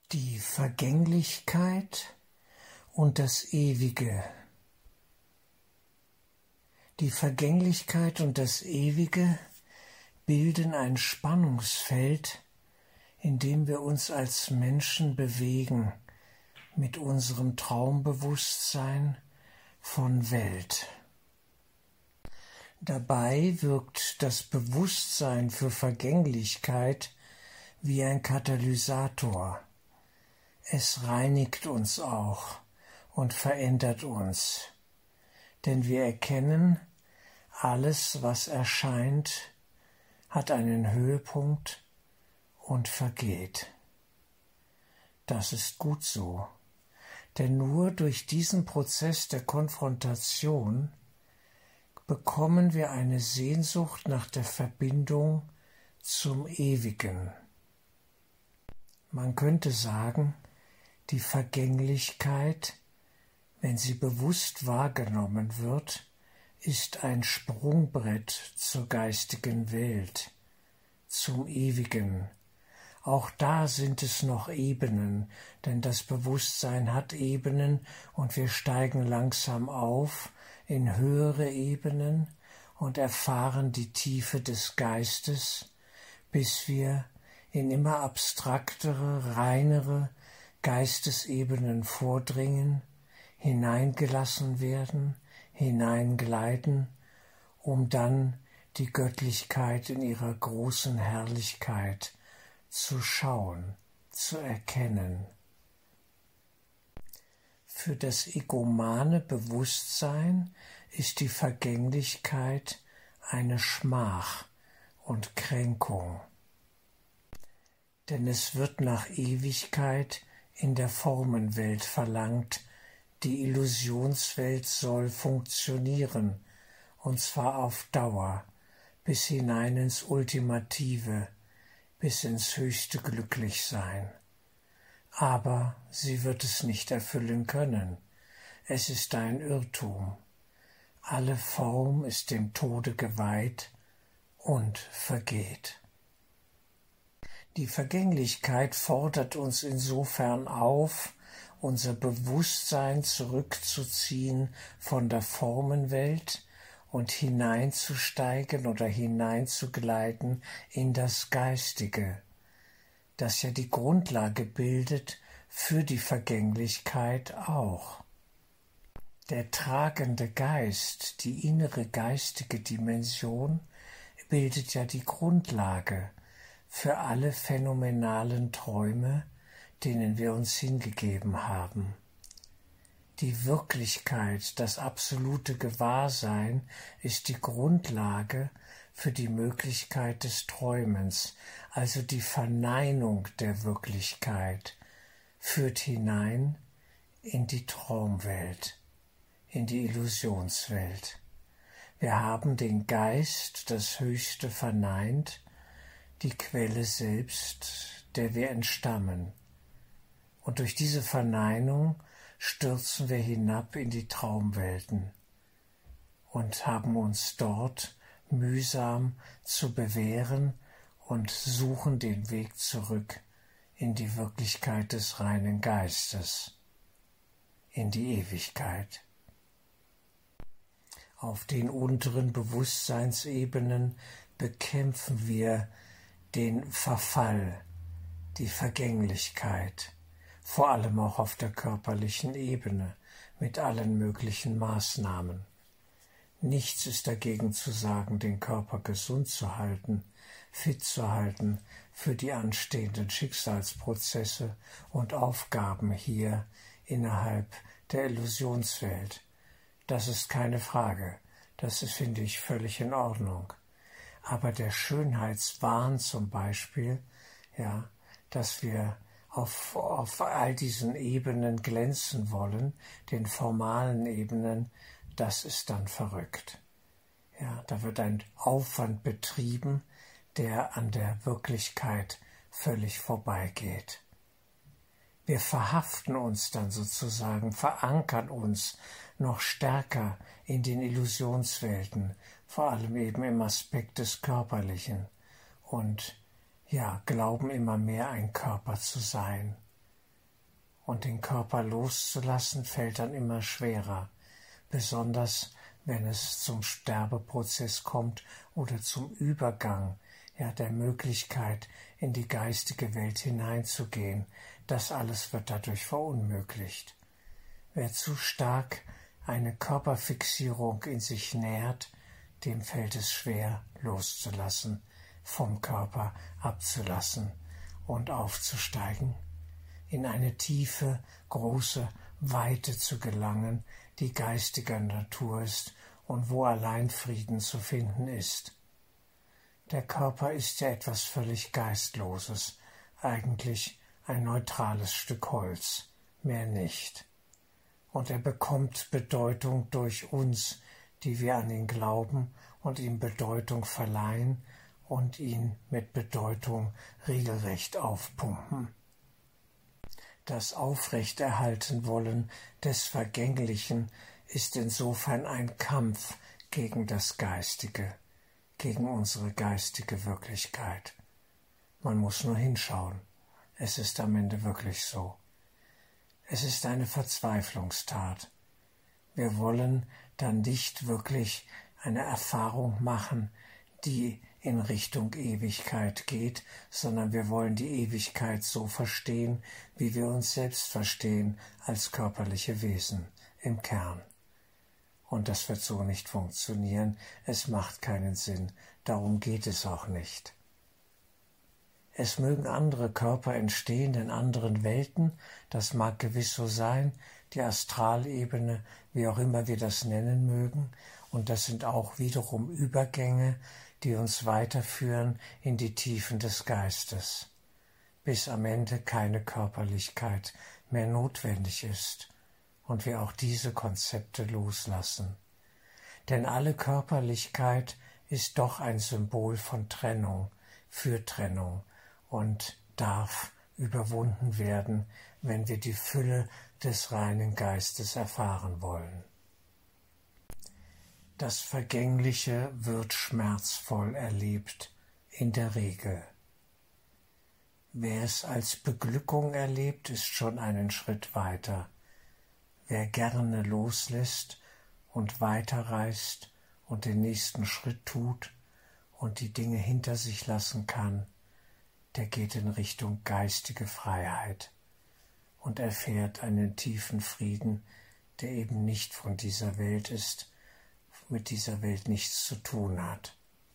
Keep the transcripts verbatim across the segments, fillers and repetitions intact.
Die Vergänglichkeit und das Ewige. Die Vergänglichkeit und das Ewige bilden ein Spannungsfeld, in dem wir uns als Menschen bewegen, mit unserem Traumbewusstsein von Welt. Dabei wirkt das Bewusstsein für Vergänglichkeit wie ein Katalysator. Es reinigt uns auch und verändert uns, denn wir erkennen, alles, was erscheint, hat einen Höhepunkt und vergeht. Das ist gut so, denn nur durch diesen Prozess der Konfrontation bekommen wir eine Sehnsucht nach der Verbindung zum Ewigen. Man könnte sagen, die Vergänglichkeit, wenn sie bewusst wahrgenommen wird, ist ein Sprungbrett zur geistigen Welt, zum Ewigen. Auch da sind es noch Ebenen, denn das Bewusstsein hat Ebenen und wir steigen langsam auf in höhere Ebenen und erfahren die Tiefe des Geistes, bis wir in immer abstraktere, reinere Geistesebenen vordringen, hineingelassen werden, hineingleiten, um dann die Göttlichkeit in ihrer großen Herrlichkeit zu schauen, zu erkennen. Für das egomane Bewusstsein ist die Vergänglichkeit eine Schmach und Kränkung, denn es wird nach Ewigkeit in der Formenwelt verlangt, die Illusionswelt soll funktionieren, und zwar auf Dauer, bis hinein ins Ultimative, bis ins höchste Glücklichsein. Aber sie wird es nicht erfüllen können. Es ist ein Irrtum. Alle Form ist dem Tode geweiht und vergeht. Die Vergänglichkeit fordert uns insofern auf, unser Bewusstsein zurückzuziehen von der Formenwelt und hineinzusteigen oder hineinzugleiten in das Geistige, das ja die Grundlage bildet für die Vergänglichkeit auch. Der tragende Geist, die innere geistige Dimension, bildet ja die Grundlage für alle phänomenalen Träume, denen wir uns hingegeben haben. Die Wirklichkeit, das absolute Gewahrsein ist die Grundlage für die Möglichkeit des Träumens, also die Verneinung der Wirklichkeit führt hinein in die Traumwelt, in die Illusionswelt. Wir haben den Geist, das Höchste, verneint, die Quelle selbst, der wir entstammen. Und durch diese Verneinung stürzen wir hinab in die Traumwelten und haben uns dort mühsam zu bewähren und suchen den Weg zurück in die Wirklichkeit des reinen Geistes, in die Ewigkeit. Auf den unteren Bewusstseinsebenen bekämpfen wir den Verfall, die Vergänglichkeit, vor allem auch auf der körperlichen Ebene, mit allen möglichen Maßnahmen. Nichts ist dagegen zu sagen, den Körper gesund zu halten, fit zu halten für die anstehenden Schicksalsprozesse und Aufgaben hier innerhalb der Illusionswelt. Das ist keine Frage, das ist, finde ich, völlig in Ordnung. Aber der Schönheitswahn zum Beispiel, ja, dass wir auf, auf all diesen Ebenen glänzen wollen, den formalen Ebenen, das ist dann verrückt. Ja, da wird ein Aufwand betrieben, der an der Wirklichkeit völlig vorbeigeht. Wir verhaften uns dann sozusagen, verankern uns noch stärker in den Illusionswelten, vor allem eben im Aspekt des Körperlichen und ja, glauben immer mehr ein Körper zu sein. Und den Körper loszulassen fällt dann immer schwerer, besonders wenn es zum Sterbeprozess kommt oder zum Übergang, ja, der Möglichkeit, in die geistige Welt hineinzugehen. Das alles wird dadurch verunmöglicht. Wer zu stark eine Körperfixierung in sich nährt, dem fällt es schwer, loszulassen, vom Körper abzulassen und aufzusteigen, in eine tiefe, große Weite zu gelangen, die geistiger Natur ist und wo allein Frieden zu finden ist. Der Körper ist ja etwas völlig Geistloses, eigentlich ein neutrales Stück Holz, mehr nicht. Und er bekommt Bedeutung durch uns, die wir an ihn glauben und ihm Bedeutung verleihen und ihn mit Bedeutung regelrecht aufpumpen. Das Aufrechterhalten-Wollen des Vergänglichen ist insofern ein Kampf gegen das Geistige, gegen unsere geistige Wirklichkeit. Man muss nur hinschauen. Es ist am Ende wirklich so. Es ist eine Verzweiflungstat. Wir wollen dann nicht wirklich eine Erfahrung machen, die in Richtung Ewigkeit geht, sondern wir wollen die Ewigkeit so verstehen, wie wir uns selbst verstehen als körperliche Wesen im Kern. Und das wird so nicht funktionieren, es macht keinen Sinn, darum geht es auch nicht. Es mögen andere Körper entstehen in anderen Welten, das mag gewiss so sein, die Astralebene, wie auch immer wir das nennen mögen, und das sind auch wiederum Übergänge, die uns weiterführen in die Tiefen des Geistes, bis am Ende keine Körperlichkeit mehr notwendig ist und wir auch diese Konzepte loslassen. Denn alle Körperlichkeit ist doch ein Symbol von Trennung, für Trennung und darf überwunden werden, wenn wir die Fülle des reinen Geistes erfahren wollen. Das Vergängliche wird schmerzvoll erlebt, in der Regel. Wer es als Beglückung erlebt, ist schon einen Schritt weiter. Wer gerne loslässt und weiterreist und den nächsten Schritt tut und die Dinge hinter sich lassen kann, der geht in Richtung geistige Freiheit und erfährt einen tiefen Frieden, der eben nicht von dieser Welt ist, mit dieser Welt nichts zu tun hat.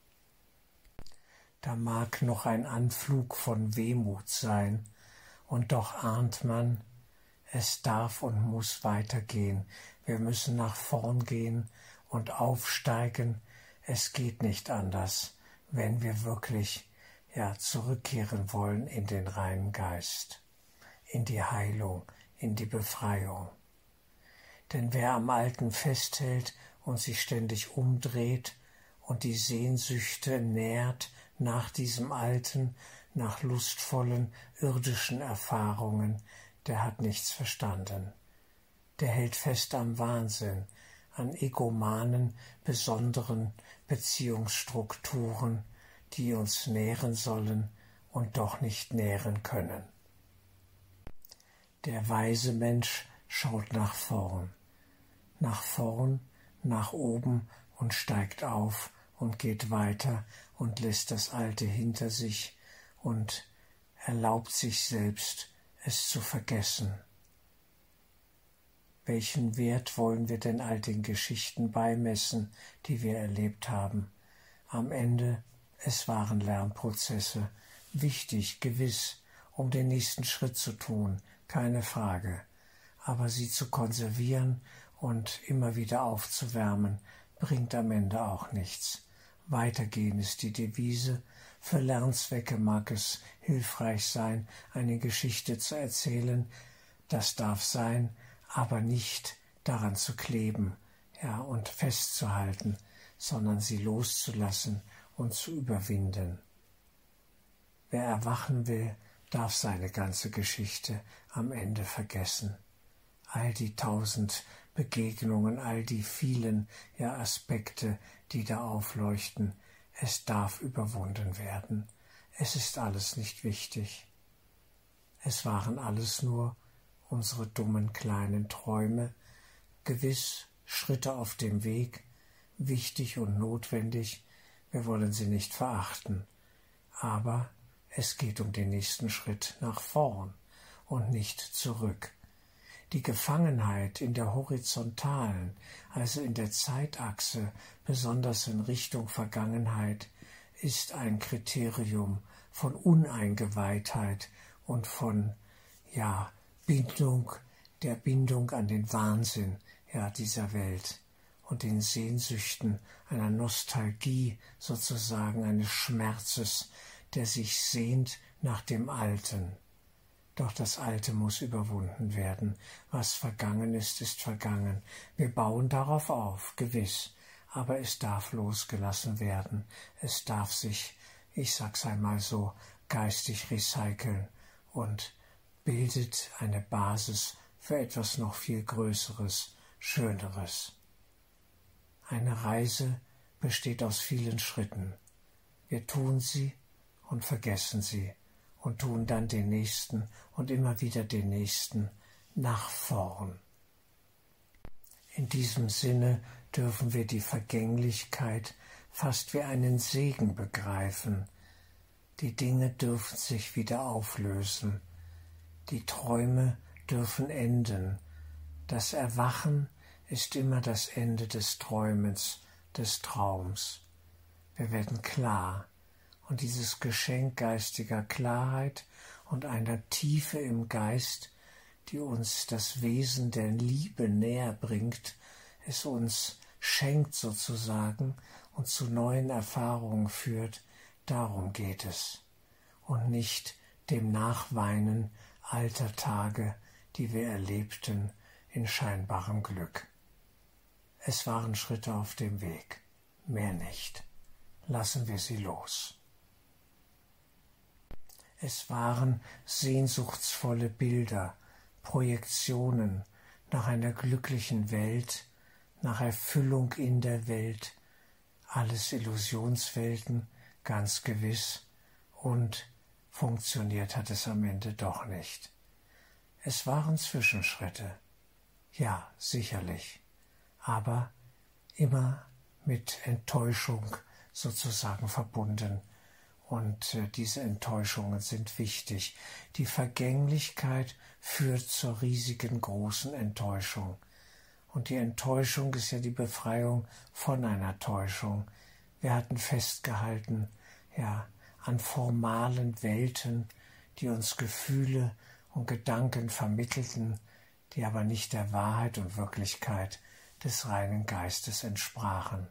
Da mag noch ein Anflug von Wehmut sein, und doch ahnt man, es darf und muss weitergehen. Wir müssen nach vorn gehen und aufsteigen. Es geht nicht anders, wenn wir wirklich ja, zurückkehren wollen in den reinen Geist, in die Heilung, in die Befreiung. Denn wer am Alten festhält und sich ständig umdreht und die Sehnsüchte nährt nach diesem Alten, nach lustvollen irdischen Erfahrungen, der hat nichts verstanden. Der hält fest am Wahnsinn, an egomanen, besonderen Beziehungsstrukturen, die uns nähren sollen und doch nicht nähren können. Der weise Mensch schaut nach vorn, nach vorn, nach oben und steigt auf und geht weiter und lässt das Alte hinter sich und erlaubt sich selbst, es zu vergessen. Welchen Wert wollen wir denn all den Geschichten beimessen, die wir erlebt haben? Am Ende, es waren Lernprozesse, wichtig, gewiss, um den nächsten Schritt zu tun, keine Frage, aber sie zu konservieren und immer wieder aufzuwärmen, bringt am Ende auch nichts. Weitergehen ist die Devise. Für Lernzwecke mag es hilfreich sein, eine Geschichte zu erzählen. Das darf sein, aber nicht daran zu kleben, ja, und festzuhalten, sondern sie loszulassen und zu überwinden. Wer erwachen will, darf seine ganze Geschichte am Ende vergessen. All die tausend Begegnungen, all die vielen ja, Aspekte, die da aufleuchten, es darf überwunden werden. Es ist alles nicht wichtig. Es waren alles nur unsere dummen kleinen Träume, gewiss Schritte auf dem Weg, wichtig und notwendig, wir wollen sie nicht verachten, aber es geht um den nächsten Schritt nach vorn und nicht zurück. Die Gefangenheit in der horizontalen, also in der Zeitachse, besonders in Richtung Vergangenheit, ist ein Kriterium von Uneingeweihtheit und von, ja, Bindung, der Bindung an den Wahnsinn, ja, dieser Welt und den Sehnsüchten einer Nostalgie, sozusagen eines Schmerzes, der sich sehnt nach dem Alten. Doch das Alte muss überwunden werden. Was vergangen ist, ist vergangen. Wir bauen darauf auf, gewiss, aber es darf losgelassen werden. Es darf sich, ich sag's einmal so, geistig recyceln und bildet eine Basis für etwas noch viel Größeres, Schöneres. Eine Reise besteht aus vielen Schritten. Wir tun sie und vergessen sie und tun dann den nächsten und immer wieder den nächsten nach vorn. In diesem Sinne dürfen wir die Vergänglichkeit fast wie einen Segen begreifen. Die Dinge dürfen sich wieder auflösen. Die Träume dürfen enden. Das Erwachen ist immer das Ende des Träumens, des Traums. Wir werden klar. Und dieses Geschenk geistiger Klarheit und einer Tiefe im Geist, die uns das Wesen der Liebe näher bringt, es uns schenkt sozusagen und zu neuen Erfahrungen führt, darum geht es. Und nicht dem Nachweinen alter Tage, die wir erlebten in scheinbarem Glück. Es waren Schritte auf dem Weg, mehr nicht. Lassen wir sie los. Es waren sehnsuchtsvolle Bilder, Projektionen nach einer glücklichen Welt, nach Erfüllung in der Welt, alles Illusionswelten, ganz gewiss, und funktioniert hat es am Ende doch nicht. Es waren Zwischenschritte, ja, sicherlich, aber immer mit Enttäuschung sozusagen verbunden. Und äh, diese Enttäuschungen sind wichtig. Die Vergänglichkeit führt zur riesigen, großen Enttäuschung. Und die Enttäuschung ist ja die Befreiung von einer Täuschung. Wir hatten festgehalten, ja, an formalen Welten, die uns Gefühle und Gedanken vermittelten, die aber nicht der Wahrheit und Wirklichkeit des reinen Geistes entsprachen.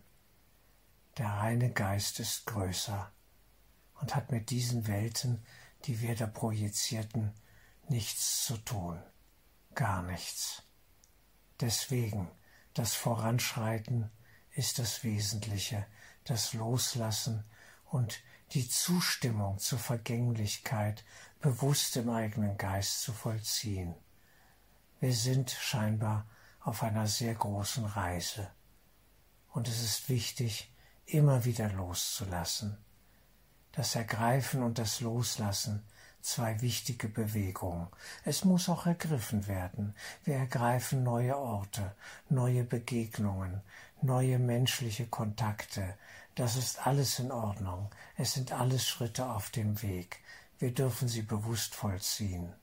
Der reine Geist ist größer und hat mit diesen Welten, die wir da projizierten, nichts zu tun, gar nichts. Deswegen, das Voranschreiten ist das Wesentliche, das Loslassen und die Zustimmung zur Vergänglichkeit bewusst im eigenen Geist zu vollziehen. Wir sind scheinbar auf einer sehr großen Reise und es ist wichtig, immer wieder loszulassen. Das Ergreifen und das Loslassen, zwei wichtige Bewegungen. Es muss auch ergriffen werden. Wir ergreifen neue Orte, neue Begegnungen, neue menschliche Kontakte. Das ist alles in Ordnung. Es sind alles Schritte auf dem Weg. Wir dürfen sie bewusst vollziehen.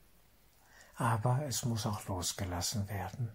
Aber es muss auch losgelassen werden.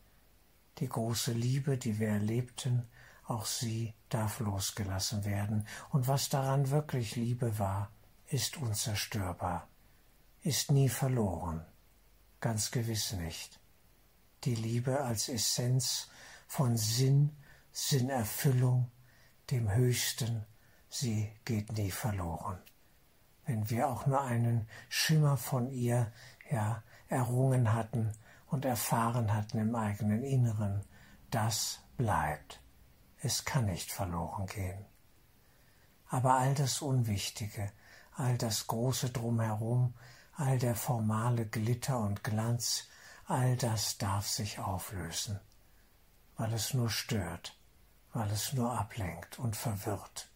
Die große Liebe, die wir erlebten, auch sie darf losgelassen werden. Und was daran wirklich Liebe war, ist unzerstörbar, ist nie verloren, ganz gewiss nicht. Die Liebe als Essenz von Sinn, Sinnerfüllung, dem Höchsten, sie geht nie verloren. Wenn wir auch nur einen Schimmer von ihr, ja, errungen hatten und erfahren hatten im eigenen Inneren, das bleibt. Es kann nicht verloren gehen. Aber all das Unwichtige, all das große Drumherum, all der formale Glitter und Glanz, all das darf sich auflösen, weil es nur stört, weil es nur ablenkt und verwirrt.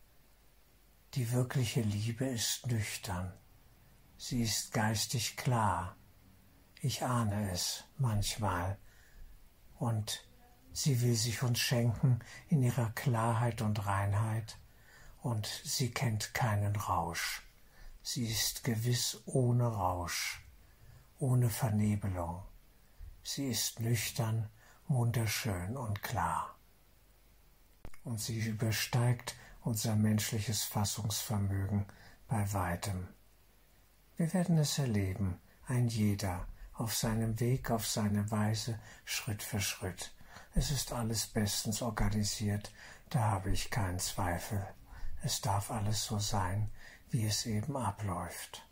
Die wirkliche Liebe ist nüchtern, sie ist geistig klar, ich ahne es manchmal. Und sie will sich uns schenken in ihrer Klarheit und Reinheit, und sie kennt keinen Rausch. Sie ist gewiss ohne Rausch, ohne Vernebelung. Sie ist nüchtern, wunderschön und klar. Und sie übersteigt unser menschliches Fassungsvermögen bei weitem. Wir werden es erleben, ein jeder, auf seinem Weg, auf seine Weise, Schritt für Schritt. Es ist alles bestens organisiert, da habe ich keinen Zweifel. Es darf alles so sein, wie es eben abläuft.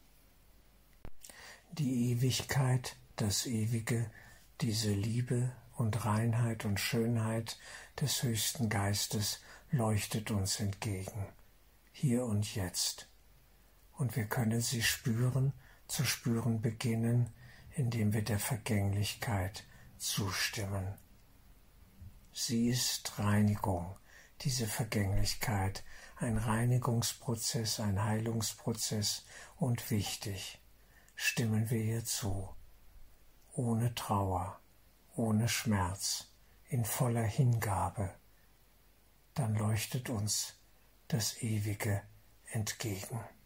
Die Ewigkeit, das Ewige, diese Liebe und Reinheit und Schönheit des höchsten Geistes leuchtet uns entgegen, hier und jetzt. Und wir können sie spüren, zu spüren beginnen, indem wir der Vergänglichkeit zustimmen. Sie ist Reinigung, diese Vergänglichkeit, ein Reinigungsprozess, ein Heilungsprozess und wichtig, stimmen wir ihr zu, ohne Trauer, ohne Schmerz, in voller Hingabe, dann leuchtet uns das Ewige entgegen.